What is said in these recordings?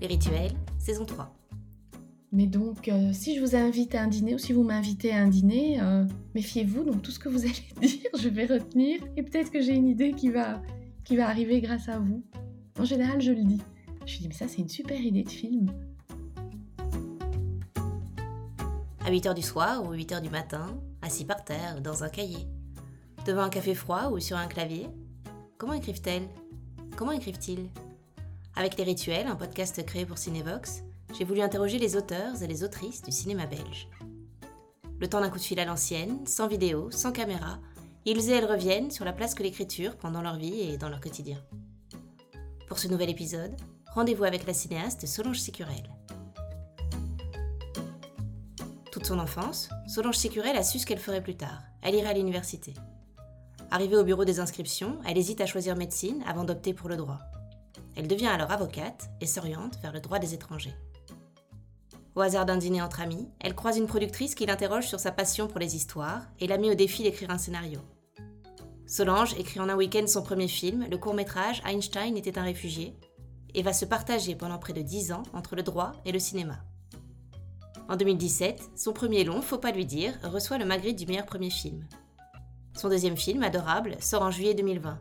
Les rituels, saison 3. Mais donc, si je vous invite à un dîner ou si vous m'invitez à un dîner, méfiez-vous, donc tout ce que vous allez dire, je vais retenir et peut-être que j'ai une idée qui va arriver grâce à vous. En général, je le dis. Je me dis, mais ça, c'est une super idée de film. À 8h du soir ou 8h du matin, assis par terre, dans un cahier. Devant un café froid ou sur un clavier. Comment écrivent-elles ? Comment écrivent-ils ? Avec Les Rituels, un podcast créé pour Cinévox, j'ai voulu interroger les auteurs et les autrices du cinéma belge. Le temps d'un coup de fil à l'ancienne, sans vidéo, sans caméra, ils et elles reviennent sur la place que l'écriture prend dans leur vie et dans leur quotidien. Pour ce nouvel épisode, rendez-vous avec la cinéaste Solange Sicurel. Toute son enfance, Solange Sicurel a su ce qu'elle ferait plus tard. Elle irait à l'université. Arrivée au bureau des inscriptions, elle hésite à choisir médecine avant d'opter pour le droit. Elle devient alors avocate et s'oriente vers le droit des étrangers. Au hasard d'un dîner entre amis, elle croise une productrice qui l'interroge sur sa passion pour les histoires et la met au défi d'écrire un scénario. Solange écrit en un week-end son premier film, le court-métrage Einstein était un réfugié, et va se partager pendant près de 10 ans entre le droit et le cinéma. En 2017, son premier long, Faut pas lui dire, reçoit le Magritte du meilleur premier film. Son deuxième film, Adorable, sort en juillet 2020.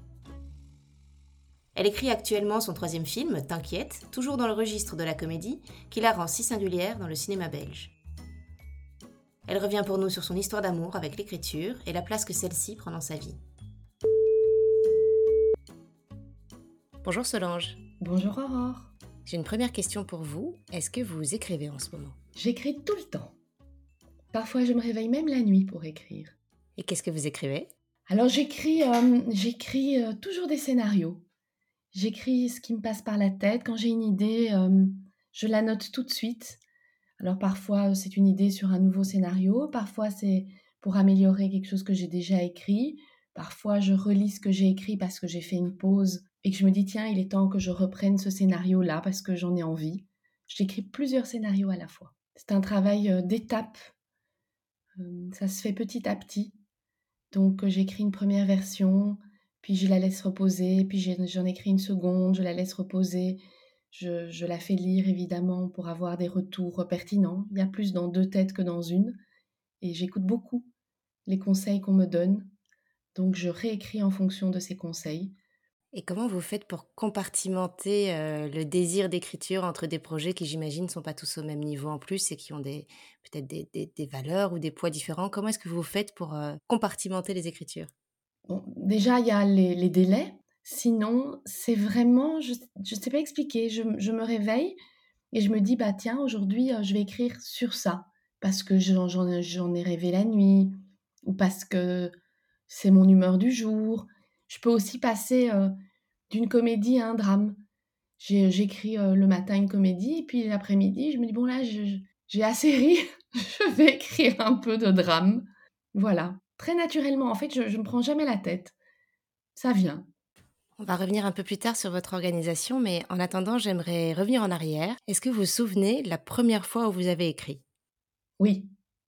Elle écrit actuellement son troisième film, T'inquiète, toujours dans le registre de la comédie, qui la rend si singulière dans le cinéma belge. Elle revient pour nous sur son histoire d'amour avec l'écriture et la place que celle-ci prend dans sa vie. Bonjour Solange. Bonjour Aurore. J'ai une première question pour vous. Est-ce que vous écrivez en ce moment ? J'écris tout le temps. Parfois, je me réveille même la nuit pour écrire. Et qu'est-ce que vous écrivez ? Alors, j'écris toujours des scénarios. J'écris ce qui me passe par la tête. Quand j'ai une idée, je la note tout de suite. Alors parfois, c'est une idée sur un nouveau scénario. Parfois, c'est pour améliorer quelque chose que j'ai déjà écrit. Parfois, je relis ce que j'ai écrit parce que j'ai fait une pause et que je me dis, tiens, il est temps que je reprenne ce scénario-là parce que j'en ai envie. J'écris plusieurs scénarios à la fois. C'est un travail d'étape. Ça se fait petit à petit. Donc, j'écris une première version, puis je la laisse reposer, puis j'en écris une seconde, je la laisse reposer. Je la fais lire, évidemment, pour avoir des retours pertinents. Il y a plus dans 2 têtes que dans une. Et j'écoute beaucoup les conseils qu'on me donne. Donc, je réécris en fonction de ces conseils. Et comment vous faites pour compartimenter le désir d'écriture entre des projets qui, j'imagine, ne sont pas tous au même niveau en plus et qui ont peut-être des valeurs ou des poids différents ? Comment est-ce que vous faites pour compartimenter les écritures ? Bon, déjà, il y a les délais. Sinon, c'est vraiment... Je ne sais pas expliquer. Je me réveille et je me dis, bah tiens, aujourd'hui, je vais écrire sur ça. Parce que j'en ai rêvé la nuit, ou parce que c'est mon humeur du jour. Je peux aussi passer d'une comédie à un drame. J'écris le matin une comédie, et puis l'après-midi, je me dis, bon là, j'ai assez ri, je vais écrire un peu de drame. Voilà, très naturellement. En fait, je ne me prends jamais la tête. Ça vient. On va revenir un peu plus tard sur votre organisation, mais en attendant, j'aimerais revenir en arrière. Est-ce que vous vous souvenez de la première fois où vous avez écrit ? Oui,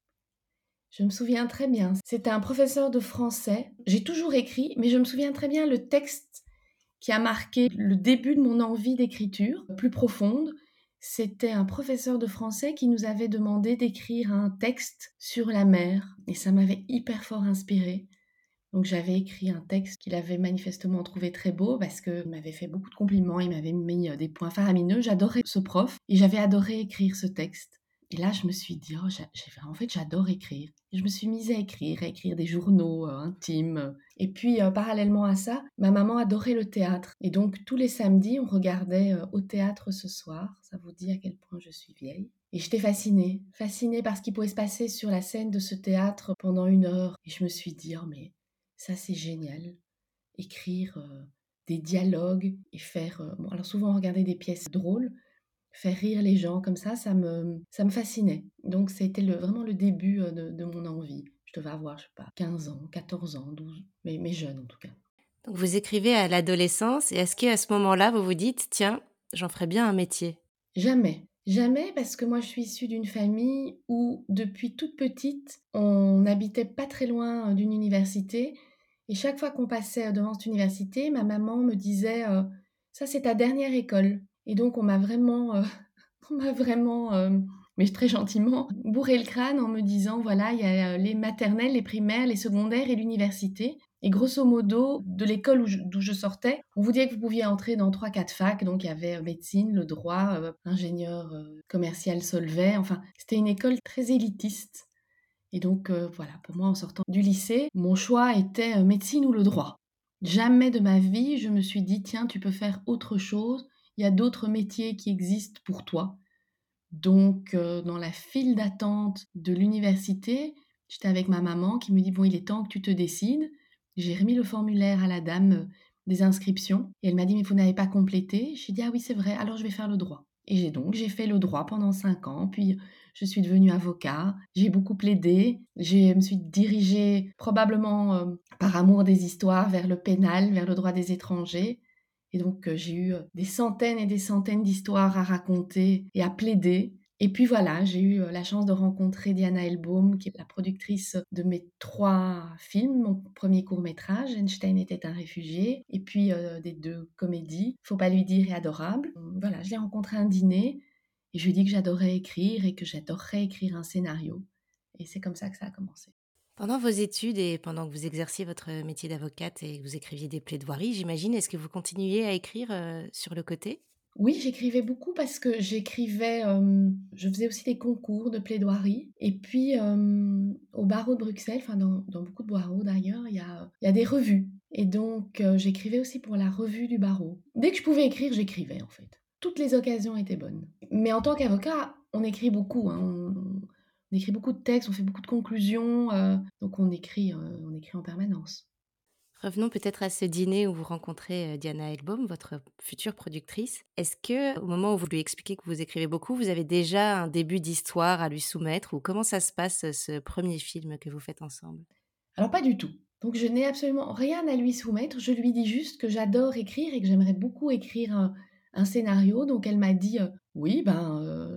je me souviens très bien. C'était un professeur de français. J'ai toujours écrit, mais je me souviens très bien le texte qui a marqué le début de mon envie d'écriture plus profonde. C'était un professeur de français qui nous avait demandé d'écrire un texte sur la mer. Et ça m'avait hyper fort inspirée. Donc j'avais écrit un texte qu'il avait manifestement trouvé très beau parce qu'il m'avait fait beaucoup de compliments, il m'avait mis des points faramineux. J'adorais ce prof et j'avais adoré écrire ce texte. Et là, je me suis dit, en fait, j'adore écrire. Et je me suis mise à écrire des journaux intimes. Et puis, parallèlement à ça, ma maman adorait le théâtre. Et donc, tous les samedis, on regardait au théâtre ce soir. Ça vous dit à quel point je suis vieille. Et j'étais fascinée par ce qui pouvait se passer sur la scène de ce théâtre pendant 1 heure. Et je me suis dit, oh mais ça c'est génial. Écrire des dialogues et faire... bon, alors souvent, regarder des pièces drôles, faire rire les gens comme ça me fascinait. Donc, c'était vraiment le début de mon envie. Je devais avoir, je sais pas, 15 ans, 14 ans, 12, mais jeune en tout cas. Donc vous écrivez à l'adolescence, et est-ce qu'à ce moment-là, vous vous dites, tiens, j'en ferais bien un métier ? Jamais. Jamais, parce que moi je suis issue d'une famille où depuis toute petite, on n'habitait pas très loin d'une université. Et chaque fois qu'on passait devant cette université, ma maman me disait ça c'est ta dernière école. Et donc on m'a vraiment, on m'a vraiment, mais très gentiment, bourré le crâne en me disant: «Voilà, il y a, les maternelles, les primaires, les secondaires et l'université et grosso modo, de l'école d'où je sortais, on vous disait que vous pouviez entrer dans 3-4 facs». Donc il y avait, médecine, le droit, ingénieur, commercial Solvay, enfin, c'était une école très élitiste. Et donc voilà, pour moi, en sortant du lycée, mon choix était, médecine ou le droit. Jamais de ma vie, je me suis dit: «Tiens, tu peux faire autre chose, il y a d'autres métiers qui existent pour toi». Donc dans la file d'attente de l'université, j'étais avec ma maman qui me dit: «Bon, il est temps que tu te décides». J'ai remis le formulaire à la dame, des inscriptions et elle m'a dit: «Mais vous n'avez pas complété». J'ai dit: «Ah oui, c'est vrai, alors je vais faire le droit». Et j'ai fait le droit pendant 5 ans, puis je suis devenue avocat. J'ai beaucoup plaidé, je me suis dirigée probablement, par amour des histoires vers le pénal, vers le droit des étrangers. Et donc j'ai eu, des centaines et des centaines d'histoires à raconter et à plaider. Et puis voilà, j'ai eu, la chance de rencontrer Diana Elbaum, qui est la productrice de mes 3 films. Mon premier court-métrage, Einstein était un réfugié, et puis, des 2 comédies, Faut pas lui dire et Adorable. Voilà, je l'ai rencontrée à un dîner et je lui ai dit que j'adorais écrire et que j'adorerais écrire un scénario, et c'est comme ça que ça a commencé. Pendant vos études et pendant que vous exerciez votre métier d'avocate et que vous écriviez des plaidoiries, j'imagine, est-ce que vous continuiez à écrire, sur le côté? Oui, j'écrivais beaucoup parce que j'écrivais, je faisais aussi des concours de plaidoirie, et puis, au barreau de Bruxelles, enfin dans beaucoup de barreaux d'ailleurs, il y a des revues, et donc j'écrivais aussi pour la revue du barreau. Dès que je pouvais écrire, j'écrivais en fait. Toutes les occasions étaient bonnes. Mais en tant qu'avocat, on écrit beaucoup, hein, on écrit beaucoup de textes, on fait beaucoup de conclusions, donc on écrit en permanence. Revenons peut-être à ce dîner où vous rencontrez, Diana Elbaum, votre future productrice. Est-ce que, au moment où vous lui expliquez que vous écrivez beaucoup, vous avez déjà un début d'histoire à lui soumettre ou comment ça se passe, ce premier film que vous faites ensemble? Alors pas du tout. Donc je n'ai absolument rien à lui soumettre. Je lui dis juste que j'adore écrire et que j'aimerais beaucoup écrire un scénario. Donc elle m'a dit, «Oui, ben,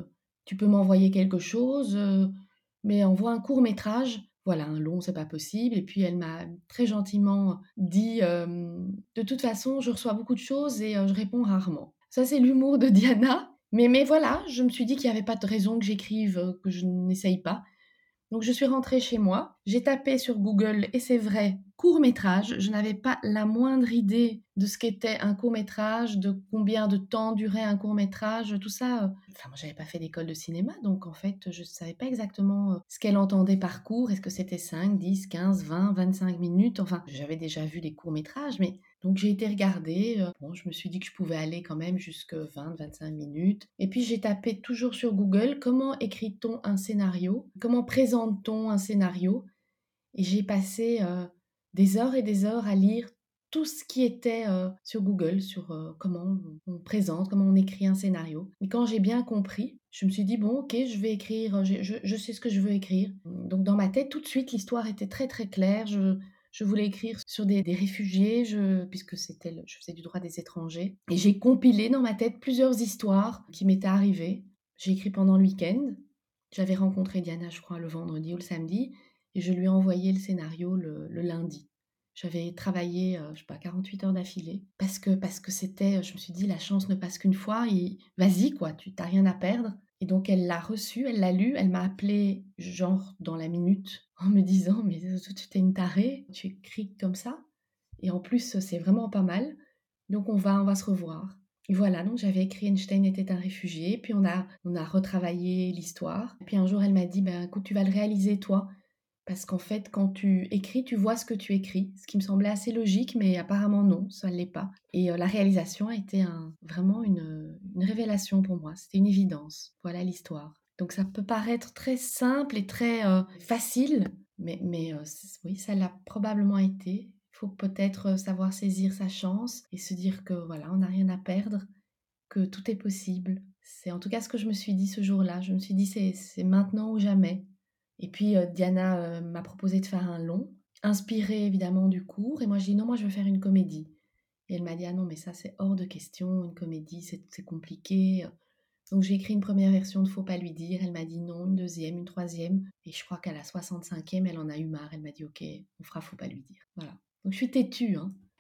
tu peux m'envoyer quelque chose, mais envoie un court métrage». Voilà, un long, c'est pas possible. Et puis elle m'a très gentiment dit, «De toute façon, je reçois beaucoup de choses et je réponds rarement». Ça, c'est l'humour de Diana. Mais voilà, je me suis dit qu'il y avait pas de raison que j'écrive, que je n'essaye pas. Donc je suis rentrée chez moi, j'ai tapé sur Google et c'est vrai, court-métrage. Je n'avais pas la moindre idée de ce qu'était un court-métrage, de combien de temps durait un court-métrage, tout ça. Enfin, moi, j'avais pas fait d'école de cinéma, donc en fait, je savais pas exactement ce qu'elle entendait par court. Est-ce que c'était 5, 10, 15, 20, 25 minutes? Enfin, j'avais déjà vu des courts-métrages, mais donc j'ai été regarder. Bon, je me suis dit que je pouvais aller quand même jusque 20, 25 minutes. Et puis j'ai tapé toujours sur Google: comment écrit-on un scénario? Comment présente-t-on un scénario? Et j'ai passé, des heures et des heures à lire tout ce qui était, sur Google, sur, comment on présente, comment on écrit un scénario. Et quand j'ai bien compris, je me suis dit: «Bon, OK, je vais écrire, je sais ce que je veux écrire». Donc dans ma tête, tout de suite, l'histoire était très, très claire. Je voulais écrire sur des réfugiés, puisque je faisais du droit des étrangers, et j'ai compilé dans ma tête plusieurs histoires qui m'étaient arrivées. J'ai écrit pendant le week-end. J'avais rencontré Diana, je crois, le vendredi ou le samedi, et je lui ai envoyé le scénario le lundi. J'avais travaillé, je sais pas, 48 heures d'affilée parce que c'était, je me suis dit: «La chance ne passe qu'une fois, et vas-y quoi, tu as rien à perdre». Et donc elle l'a reçu, elle l'a lu, elle m'a appelée genre dans la minute en me disant: «Mais tu es une tarée, tu écris comme ça, et en plus, c'est vraiment pas mal, donc on va se revoir». Et voilà, donc j'avais écrit Einstein était un réfugié, puis on a retravaillé l'histoire. Et puis un jour, elle m'a dit: «Ben, écoute, tu vas le réaliser toi, parce qu'en fait, quand tu écris, tu vois ce que tu écris». Ce qui me semblait assez logique, mais apparemment non, ça ne l'est pas. Et la réalisation a été vraiment une révélation pour moi. C'était une évidence. Voilà l'histoire. Donc ça peut paraître très simple et très, facile, mais oui, ça l'a probablement été. Il faut peut-être, savoir saisir sa chance et se dire que voilà, on n'a rien à perdre, que tout est possible. C'est en tout cas ce que je me suis dit ce jour-là. Je me suis dit: «C'est maintenant ou jamais». Et puis, Diana, m'a proposé de faire un long, inspiré évidemment du cours, et moi j'ai dit: «Non, moi je veux faire une comédie». Et elle m'a dit: «Ah non, mais ça c'est hors de question, une comédie c'est compliqué». Donc j'ai écrit une première version de Faut pas lui dire, elle m'a dit non, une deuxième, une troisième, et je crois qu'à la 65e, elle en a eu marre, elle m'a dit: «OK, on fera Faut pas lui dire». Voilà. Donc je suis têtue, hein.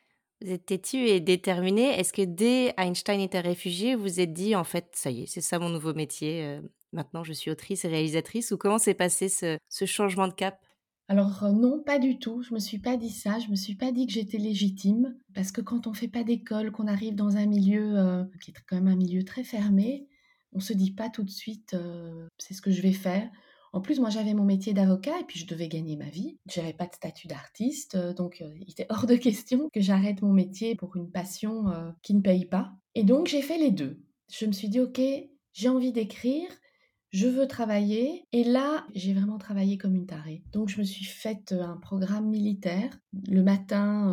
Vous êtes têtue et déterminée. Est-ce que dès Einstein était réfugié, vous vous êtes dit: «En fait, ça y est, c'est ça mon nouveau métier, maintenant je suis autrice et réalisatrice» ou comment s'est passé ce changement de cap? Alors, non, pas du tout. Je me suis pas dit ça. Je me suis pas dit que j'étais légitime parce que quand on fait pas d'école, qu'on arrive dans un milieu, qui est quand même un milieu très fermé, on se dit pas tout de suite, «C'est ce que je vais faire». En plus, moi, j'avais mon métier d'avocat et puis je devais gagner ma vie. J'avais pas de statut d'artiste, donc il était hors de question que j'arrête mon métier pour une passion, qui ne paye pas et donc j'ai fait les 2. Je me suis dit: «OK, j'ai envie d'écrire, je veux travailler» et là, j'ai vraiment travaillé comme une tarée. Donc je me suis faite, un programme militaire. Le matin,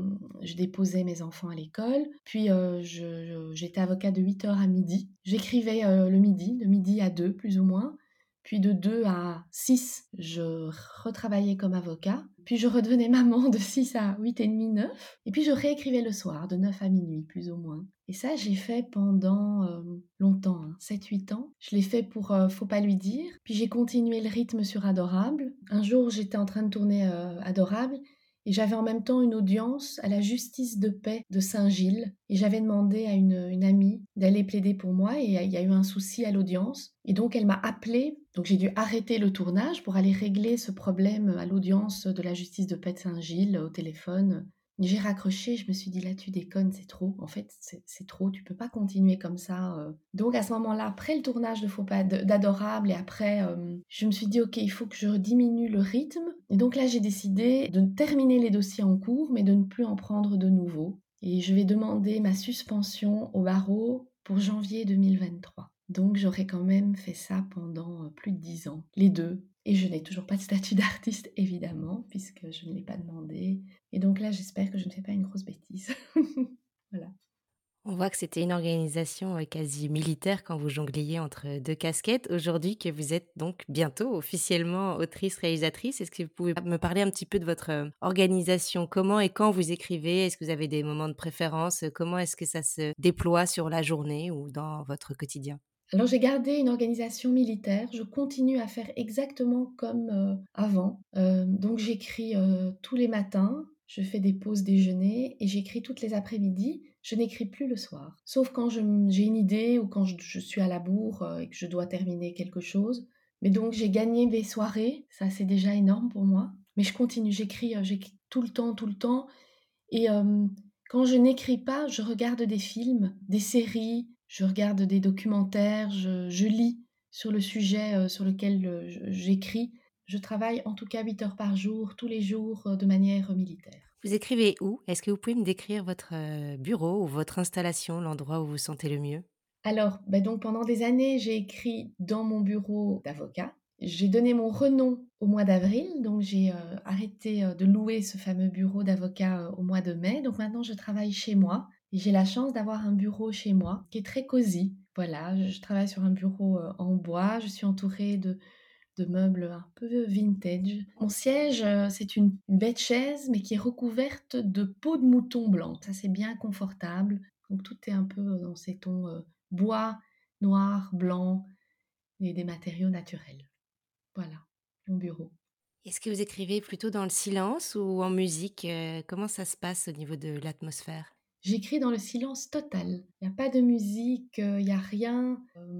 je déposais mes enfants à l'école, puis, j'étais avocate de 8 heures à midi. J'écrivais, le midi, de midi à 2 plus ou moins, puis de 2 à 6, je retravaillais comme avocat, puis je redevenais maman de 6 à 8h30, 9 et puis je réécrivais le soir de 9 à minuit plus ou moins et ça, j'ai fait pendant, longtemps, hein, 7-8 ans. Je l'ai fait pour, Faut pas lui dire, puis j'ai continué le rythme sur Adorable. Un jour, j'étais en train de tourner, Adorable et j'avais en même temps une audience à la justice de paix de Saint-Gilles et j'avais demandé à une amie d'aller plaider pour moi et il y a eu un souci à l'audience et donc elle m'a appelée. Donc j'ai dû arrêter le tournage pour aller régler ce problème à l'audience de la justice de paix de Saint-Gilles au téléphone. J'ai raccroché, je me suis dit: «Là, tu déconnes, c'est trop. En fait, c'est trop, tu peux pas continuer comme ça». Donc à ce moment-là, après le tournage de Faut pas d'Adorable et après, je me suis dit: «OK, il faut que je diminue le rythme» et donc là, j'ai décidé de terminer les dossiers en cours, mais de ne plus en prendre de nouveaux et je vais demander ma suspension au barreau pour janvier 2023. Donc j'aurais quand même fait ça pendant, plus de 10 ans, les 2 et je n'ai toujours pas de statut d'artiste évidemment, puisque je ne l'ai pas demandé et donc là, j'espère que je ne fais pas une grosse bêtise. Voilà. On voit que c'était une organisation, quasi militaire quand vous jongliez entre 2 casquettes. Aujourd'hui que vous êtes donc bientôt officiellement autrice-réalisatrice, est-ce que vous pouvez me parler un petit peu de votre, organisation? Comment et quand vous écrivez? Est-ce que vous avez des moments de préférence? Comment est-ce que ça se déploie sur la journée ou dans votre quotidien? Alors j'ai gardé une organisation militaire, je continue à faire exactement comme, avant. Donc j'écris, tous les matins, je fais des pauses déjeuner et j'écris toutes les après-midi. Je n'écris plus le soir, sauf quand j'ai une idée ou quand je suis à la bourre, et que je dois terminer quelque chose. Mais donc j'ai gagné des soirées, ça c'est déjà énorme pour moi. Mais je continue, j'écris tout le temps et quand je n'écris pas, je regarde des films, des séries, je regarde des documentaires, je lis sur le sujet, sur lequel, j'écris. Je travaille en tout cas 8 heures par jour, tous les jours, de manière militaire. Vous écrivez où? Est-ce que vous pouvez me décrire votre, bureau ou votre installation, l'endroit où vous vous sentez le mieux? Alors, donc pendant des années, j'ai écrit dans mon bureau d'avocat. J'ai donné mon renom au mois d'avril, donc j'ai, arrêté, de louer ce fameux bureau d'avocat, au mois de mai. Donc maintenant, je travaille chez moi et j'ai la chance d'avoir un bureau chez moi qui est très cosy. Voilà, je travaille sur un bureau, en bois. Je suis entourée de meubles un peu vintage. Mon siège, c'est une bête chaise, mais qui est recouverte de peau de mouton blanc. Ça, c'est bien confortable. Donc tout est un peu dans ces tons bois, noir, blanc et des matériaux naturels. Voilà, mon bureau. Est-ce que vous écrivez plutôt dans le silence ou en musique? Comment ça se passe au niveau de l'atmosphère? J'écris dans le silence total. Il n'y a pas de musique, il n'y a rien.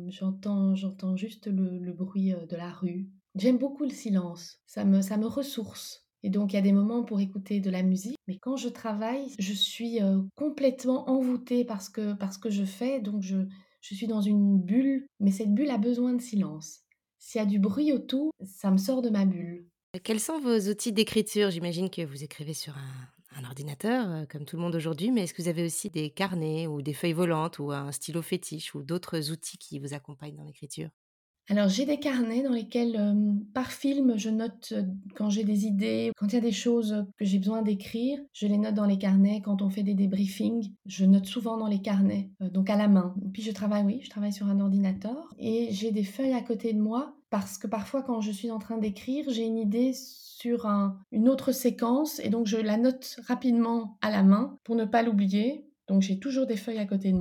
J'entends juste le bruit de la rue. J'aime beaucoup le silence. Ça me ressource. Et donc, il y a des moments pour écouter de la musique. Mais quand je travaille, je suis complètement envoûtée par ce que je fais. Donc, je suis dans une bulle. Mais cette bulle a besoin de silence. S'il y a du bruit autour, ça me sort de ma bulle. Quels sont vos outils d'écriture? J'imagine que vous écrivez sur un ordinateur, comme tout le monde aujourd'hui, mais est-ce que vous avez aussi des carnets ou des feuilles volantes ou un stylo fétiche ou d'autres outils qui vous accompagnent dans l'écriture? Alors j'ai des carnets dans lesquels, par film, je note, quand j'ai des idées, quand il y a des choses, que j'ai besoin d'écrire, je les note dans les carnets. Quand on fait des débriefings, je note souvent dans les carnets, donc à la main. Puis je travaille sur un ordinateur et j'ai des feuilles à côté de moi parce que parfois quand je suis en train d'écrire, j'ai une idée sur une autre séquence et donc je la note rapidement à la main pour ne pas l'oublier. Donc j'ai toujours des feuilles à côté de moi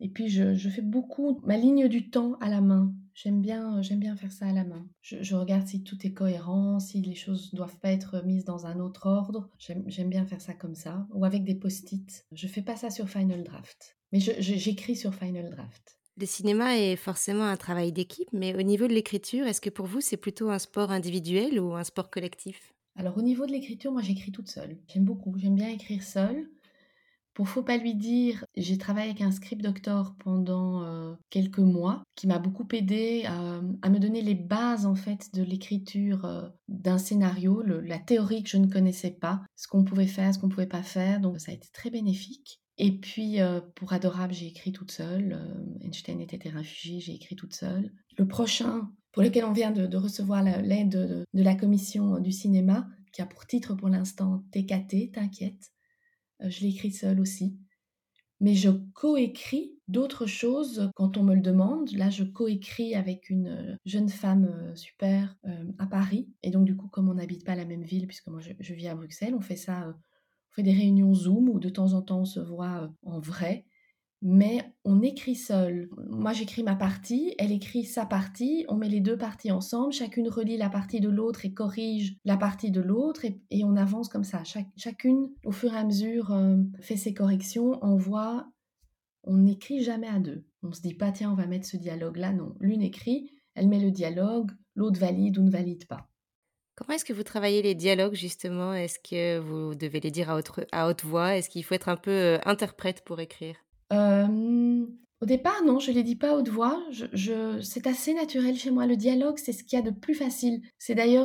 Et puis je fais beaucoup ma ligne du temps à la main. J'aime bien faire ça à la main. Je regarde si tout est cohérent, si les choses doivent pas être mises dans un autre ordre. J'aime bien faire ça comme ça, ou avec des post-it. Je fais pas ça sur Final Draft, mais j'écris sur Final Draft. Le cinéma est forcément un travail d'équipe, mais au niveau de l'écriture, est-ce que pour vous c'est plutôt un sport individuel ou un sport collectif? Alors au niveau de l'écriture, moi j'écris toute seule. J'aime beaucoup, j'aime bien écrire seule. Pour Faut pas lui dire, j'ai travaillé avec un script doctor pendant, quelques mois, qui m'a beaucoup aidée à me donner les bases, en fait, de l'écriture, d'un scénario, la théorie que je ne connaissais pas, ce qu'on pouvait faire, ce qu'on pouvait pas faire, donc ça a été très bénéfique. Et puis, pour Adorable, j'ai écrit toute seule, Einstein était un réfugié, j'ai écrit toute seule. Le prochain, pour lequel on vient de recevoir l'aide de la commission du cinéma, qui a pour titre pour l'instant TKT, T'inquiète, je l'ai écrit seule aussi. Mais je coécris d'autres choses quand on me le demande. Là, je coécris avec une jeune femme super à Paris. Et donc, du coup, comme on n'habite pas la même ville, puisque moi je vis à Bruxelles, on fait ça, on fait des réunions Zoom où de temps en temps on se voit en vrai. Mais on écrit seul. Moi, j'écris ma partie, elle écrit sa partie, on met les deux parties ensemble, chacune relit la partie de l'autre et corrige la partie de l'autre, et on avance comme ça. Chacune, au fur et à mesure, fait ses corrections, envoie. On n'écrit jamais à deux. On ne se dit pas, tiens, on va mettre ce dialogue-là. Non, l'une écrit, elle met le dialogue, l'autre valide ou ne valide pas. Comment est-ce que vous travaillez les dialogues justement? Est-ce que vous devez les dire à haute voix? Est-ce qu'il faut être un peu, interprète pour écrire? Hem, Au départ, non, je les dis pas à haute voix. C'est assez naturel chez moi. Le dialogue, c'est ce qu'il y a de plus facile. C'est d'ailleurs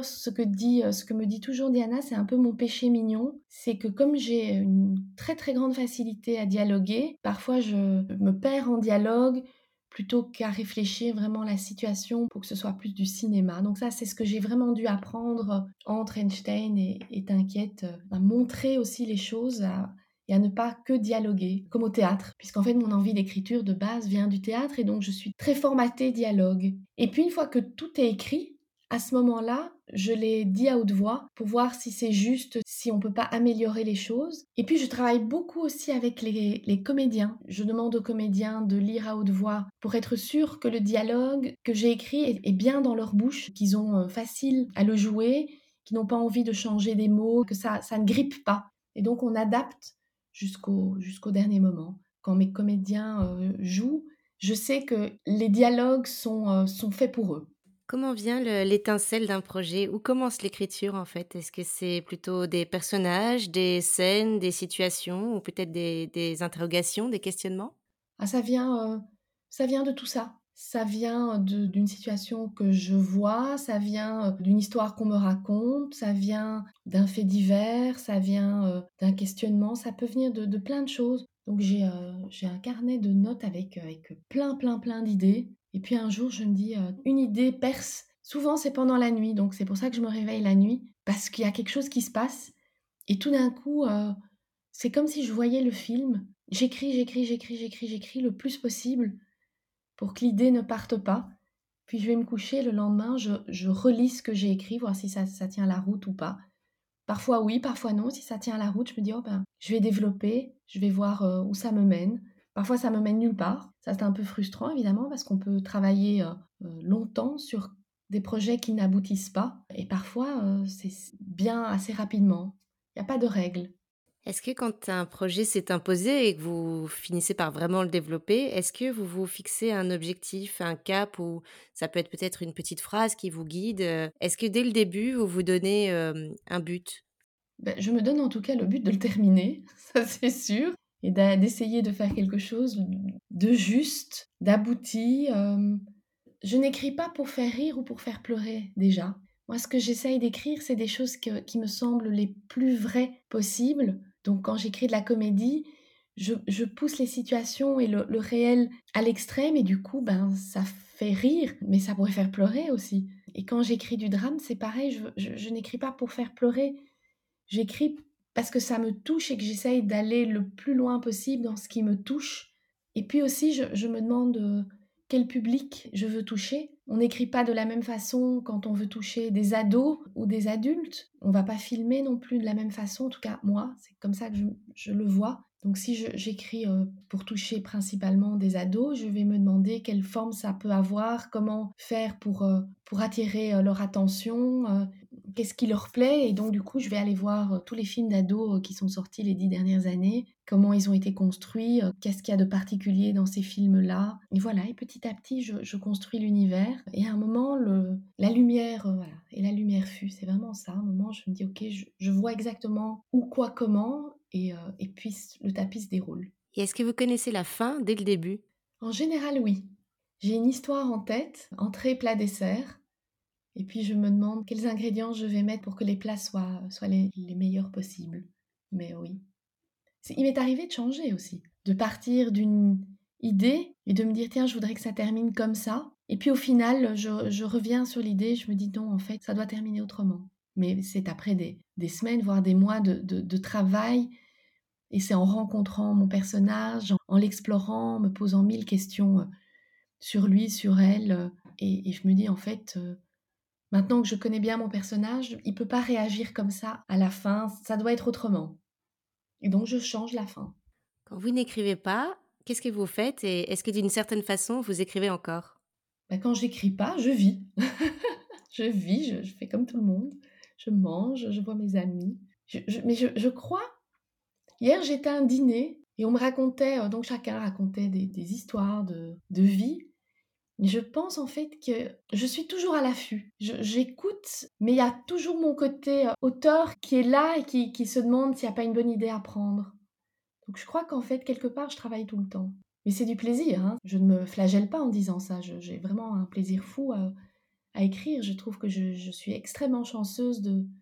ce que me dit toujours Diana, c'est un peu mon péché mignon. C'est que comme j'ai une très, très grande facilité à dialoguer, parfois je me perds en dialogue plutôt qu'à réfléchir vraiment la situation pour que ce soit plus du cinéma. Donc ça, c'est ce que j'ai vraiment dû apprendre entre Einstein et T'inquiète, à montrer aussi les choses, et à ne pas que dialoguer, comme au théâtre, puisqu'en fait mon envie d'écriture de base vient du théâtre et donc je suis très formatée dialogue. Et puis une fois que tout est écrit, à ce moment-là, je les dis à haute voix pour voir si c'est juste, si on peut pas améliorer les choses. Et puis je travaille beaucoup aussi avec les comédiens. Je demande aux comédiens de lire à haute voix pour être sûr que le dialogue que j'ai écrit est bien dans leur bouche, qu'ils ont facile à le jouer, qu'ils n'ont pas envie de changer des mots, que ça ne grippe pas. Et donc on adapte jusqu'au dernier moment. Quand mes comédiens jouent, je sais que les dialogues sont faits pour eux. Comment vient l'étincelle d'un projet? Où commence l'écriture en fait? Est-ce que c'est plutôt des personnages, des scènes, des situations ou peut-être des interrogations, des questionnements? Ah, ça vient de tout ça. Ça vient d'une situation que je vois, ça vient d'une histoire qu'on me raconte, ça vient d'un fait divers, ça vient d'un questionnement, ça peut venir de plein de choses. Donc j'ai un carnet de notes avec plein, plein, plein d'idées. Et puis un jour, je me dis, une idée perce. Souvent, c'est pendant la nuit, donc c'est pour ça que je me réveille la nuit, parce qu'il y a quelque chose qui se passe. Et tout d'un coup, c'est comme si je voyais le film. J'écris le plus possible pour que l'idée ne parte pas. Puis je vais me coucher, le lendemain, je relis ce que j'ai écrit, voir si ça tient la route ou pas. Parfois oui, parfois non. Si ça tient la route, je me dis, oh ben, je vais développer, je vais voir où ça me mène. Parfois, ça me mène nulle part. Ça, c'est un peu frustrant, évidemment, parce qu'on peut travailler longtemps sur des projets qui n'aboutissent pas. Et parfois, c'est bien assez rapidement. Il n'y a pas de règle. Est-ce que quand un projet s'est imposé et que vous finissez par vraiment le développer, est-ce que vous vous fixez un objectif, un cap ou ça peut être peut-être une petite phrase qui vous guide? Est-ce que dès le début, vous vous donnez, un but? Ben, je me donne en tout cas le but de le terminer, ça c'est sûr, et d'essayer de faire quelque chose de juste, d'abouti. Je n'écris pas pour faire rire ou pour faire pleurer déjà. Moi, ce que j'essaye d'écrire, c'est des choses qui me semblent les plus vraies possibles. Donc quand j'écris de la comédie, je pousse les situations et le réel à l'extrême et du coup, ben, ça fait rire, mais ça pourrait faire pleurer aussi. Et quand j'écris du drame, c'est pareil, je n'écris pas pour faire pleurer. J'écris parce que ça me touche et que j'essaye d'aller le plus loin possible dans ce qui me touche. Et puis aussi, je me demande quel public je veux toucher. On n'écrit pas de la même façon quand on veut toucher des ados ou des adultes. On va pas filmer non plus de la même façon. En tout cas, moi, c'est comme ça que je le vois. Donc si j'écris pour toucher principalement des ados, je vais me demander quelle forme ça peut avoir, comment faire pour attirer leur attention, qu'est-ce qui leur plaît. Et donc du coup, je vais aller voir tous les films d'ados qui sont sortis les 10 dernières années, comment ils ont été construits, qu'est-ce qu'il y a de particulier dans ces films-là. Et voilà, et petit à petit, je construis l'univers. Et à un moment, la lumière, voilà, et la lumière fut, c'est vraiment ça. À un moment, je me dis, ok, je vois exactement où, quoi, comment, et puis le tapis se déroule. Et est-ce que vous connaissez la fin dès le début? En général, oui. J'ai une histoire en tête, entrée, plat, dessert. Et puis je me demande quels ingrédients je vais mettre pour que les plats soient les meilleurs possibles. Mais oui. Il m'est arrivé de changer aussi, de partir d'une idée et de me dire tiens, je voudrais que ça termine comme ça. Et puis au final, je reviens sur l'idée, je me dis non, en fait, ça doit terminer autrement. Mais c'est après des semaines, voire des mois de travail. Et c'est en rencontrant mon personnage, en l'explorant, en me posant 1000 questions sur lui, sur elle. Et je me dis en fait, maintenant que je connais bien mon personnage, il ne peut pas réagir comme ça à la fin, ça doit être autrement. Et donc je change la fin. Quand vous n'écrivez pas, qu'est-ce que vous faites et est-ce que d'une certaine façon, vous écrivez encore? Quand j'écris pas, je vis. Je vis, je fais comme tout le monde. Je mange, je vois mes amis. Mais je crois, hier j'étais à un dîner et on me racontait, donc chacun racontait des histoires de vie. Je pense en fait que je suis toujours à l'affût. J'écoute, mais il y a toujours mon côté auteur qui est là et qui se demande s'il n'y a pas une bonne idée à prendre. Donc je crois qu'en fait, quelque part, je travaille tout le temps. Mais c'est du plaisir, hein. Je ne me flagelle pas en disant ça. J'ai vraiment un plaisir fou à écrire. Je trouve que je suis extrêmement chanceuse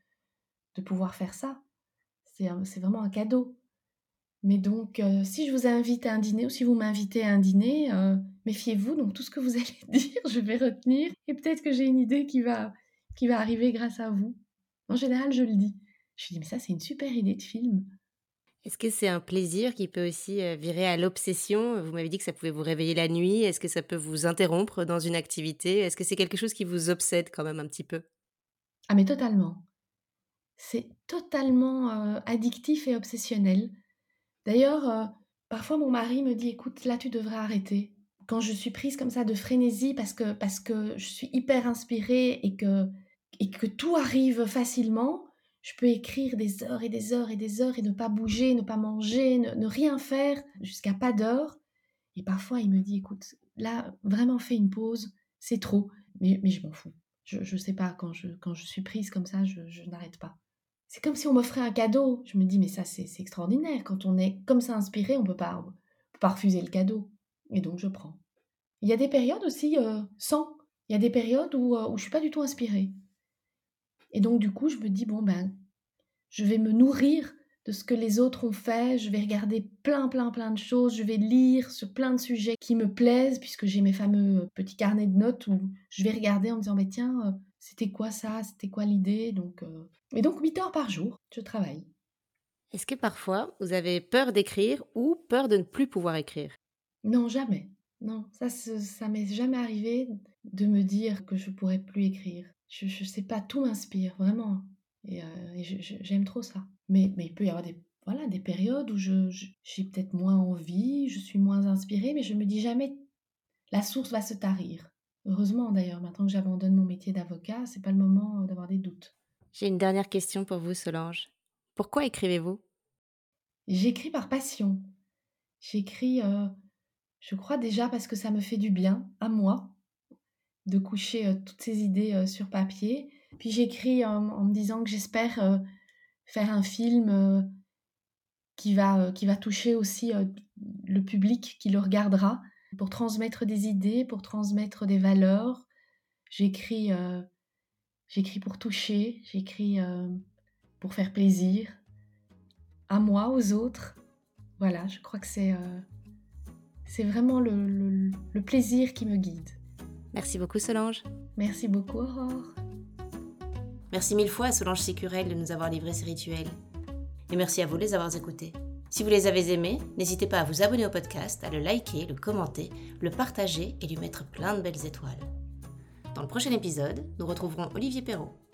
de pouvoir faire ça. C'est vraiment un cadeau. Mais donc, si je vous invite à un dîner ou si vous m'invitez à un dîner, méfiez-vous. Donc, tout ce que vous allez dire, je vais retenir. Et peut-être que j'ai une idée qui va arriver grâce à vous. En général, je le dis. Je dis, mais ça, c'est une super idée de film. Est-ce que c'est un plaisir qui peut aussi, virer à l'obsession? Vous m'avez dit que ça pouvait vous réveiller la nuit. Est-ce que ça peut vous interrompre dans une activité? Est-ce que c'est quelque chose qui vous obsède quand même un petit peu? Ah, mais totalement. C'est totalement addictif et obsessionnel. D'ailleurs, parfois mon mari me dit: «Écoute, là, tu devrais arrêter». Quand je suis prise comme ça de frénésie parce que je suis hyper inspirée et que tout arrive facilement, je peux écrire des heures et des heures et des heures et ne pas bouger, ne pas manger, ne rien faire jusqu'à pas d'heure. Et parfois il me dit: «Écoute, là, vraiment fais une pause, c'est trop». Mais je m'en fous. Je sais pas, quand je suis prise comme ça, je n'arrête pas. C'est comme si on m'offrait un cadeau. Je me dis: «Mais ça, c'est extraordinaire. Quand on est comme ça inspiré, on peut pas refuser le cadeau». Et donc je prends. Il y a des périodes aussi, sans. Il y a des périodes où je suis pas du tout inspirée. Et donc du coup, je me dis: «Bon, ben, je vais me nourrir de ce que les autres ont fait. Je vais regarder plein, plein, plein de choses. Je vais lire sur plein de sujets qui me plaisent», puisque j'ai mes fameux, petits carnets de notes où je vais regarder en me disant: «Beh, tiens, c'était quoi ça? C'était quoi l'idée?» Donc 8 heures par jour, je travaille. Est-ce que parfois vous avez peur d'écrire ou peur de ne plus pouvoir écrire? Non, jamais. Non, ça m'est jamais arrivé de me dire que je pourrais plus écrire. Je sais pas, tout m'inspire, vraiment. Et j'aime trop ça. Mais il peut y avoir des périodes où j'ai peut-être moins envie, je suis moins inspirée, mais je me dis jamais: «La source va se tarir». Heureusement d'ailleurs, maintenant que j'abandonne mon métier d'avocat, c'est pas le moment, d'avoir des doutes. J'ai une dernière question pour vous, Solange. Pourquoi écrivez-vous? J'écris par passion. J'écris, je crois déjà parce que ça me fait du bien à moi. De coucher, toutes ces idées, sur papier. Puis j'écris en me disant que j'espère, faire un film, qui va toucher aussi, le public qui le regardera, pour transmettre des idées, pour transmettre des valeurs. J'écris, j'écris pour toucher, j'écris, pour faire plaisir, à moi, aux autres. Voilà, je crois que c'est vraiment le plaisir qui me guide. Merci beaucoup, Solange. Merci beaucoup, Aurore. Merci mille fois à Solange Sicurel de nous avoir livré ces rituels. Et merci à vous de les avoir écoutés. Si vous les avez aimés, n'hésitez pas à vous abonner au podcast, à le liker, le commenter, le partager et lui mettre plein de belles étoiles. Dans le prochain épisode, nous retrouverons Olivier Perrault.